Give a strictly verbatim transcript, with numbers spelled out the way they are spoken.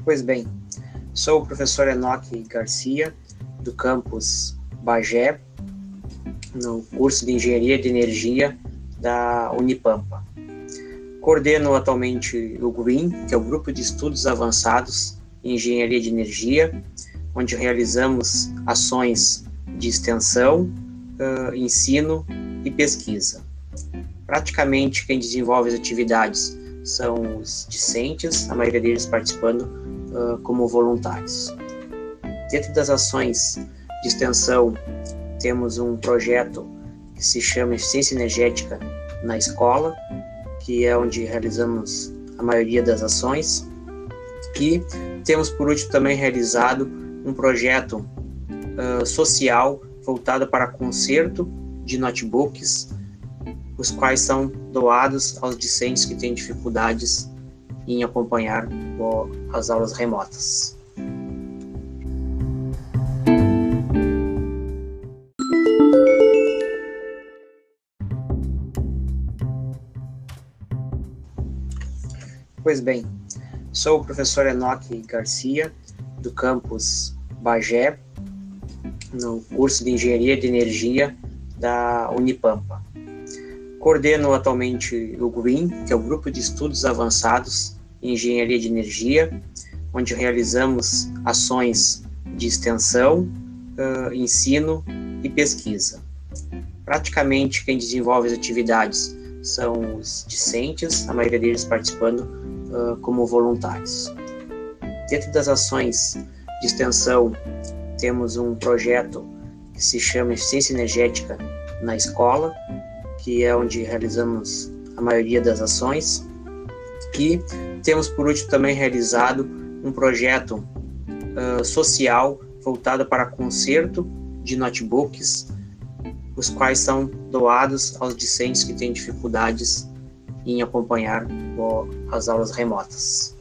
Pois bem, sou o professor Enoque Garcia, do campus Bagé, no curso de Engenharia de Energia da Unipampa. Coordeno atualmente o GREEN, que é o Grupo de Estudos Avançados em Engenharia de Energia, onde realizamos ações de extensão, uh, ensino e pesquisa. Praticamente quem desenvolve as atividades são os discentes, a maioria deles participando uh, como voluntários. Dentro das ações de extensão, temos um projeto que se chama Eficiência Energética na Escola, que é onde realizamos a maioria das ações. E temos, por último, também realizado um projeto uh, social voltado para conserto de notebooks, os quais são doados aos discentes que têm dificuldades em acompanhar ó, as aulas remotas. Pois bem, sou o professor Enoque Garcia, do campus Bagé, no curso de Engenharia de Energia da Unipampa. Coordeno atualmente o GREEN, que é o Grupo de Estudos Avançados em Engenharia de Energia, onde realizamos ações de extensão, uh, ensino e pesquisa. Praticamente quem desenvolve as atividades são os discentes, a maioria deles participando uh, como voluntários. Dentro das ações de extensão, temos um projeto que se chama Eficiência Energética na Escola, que é onde realizamos a maioria das ações. E temos, por último, também realizado um projeto uh, social voltado para conserto de notebooks, os quais são doados aos discentes que têm dificuldades em acompanhar ó, as aulas remotas.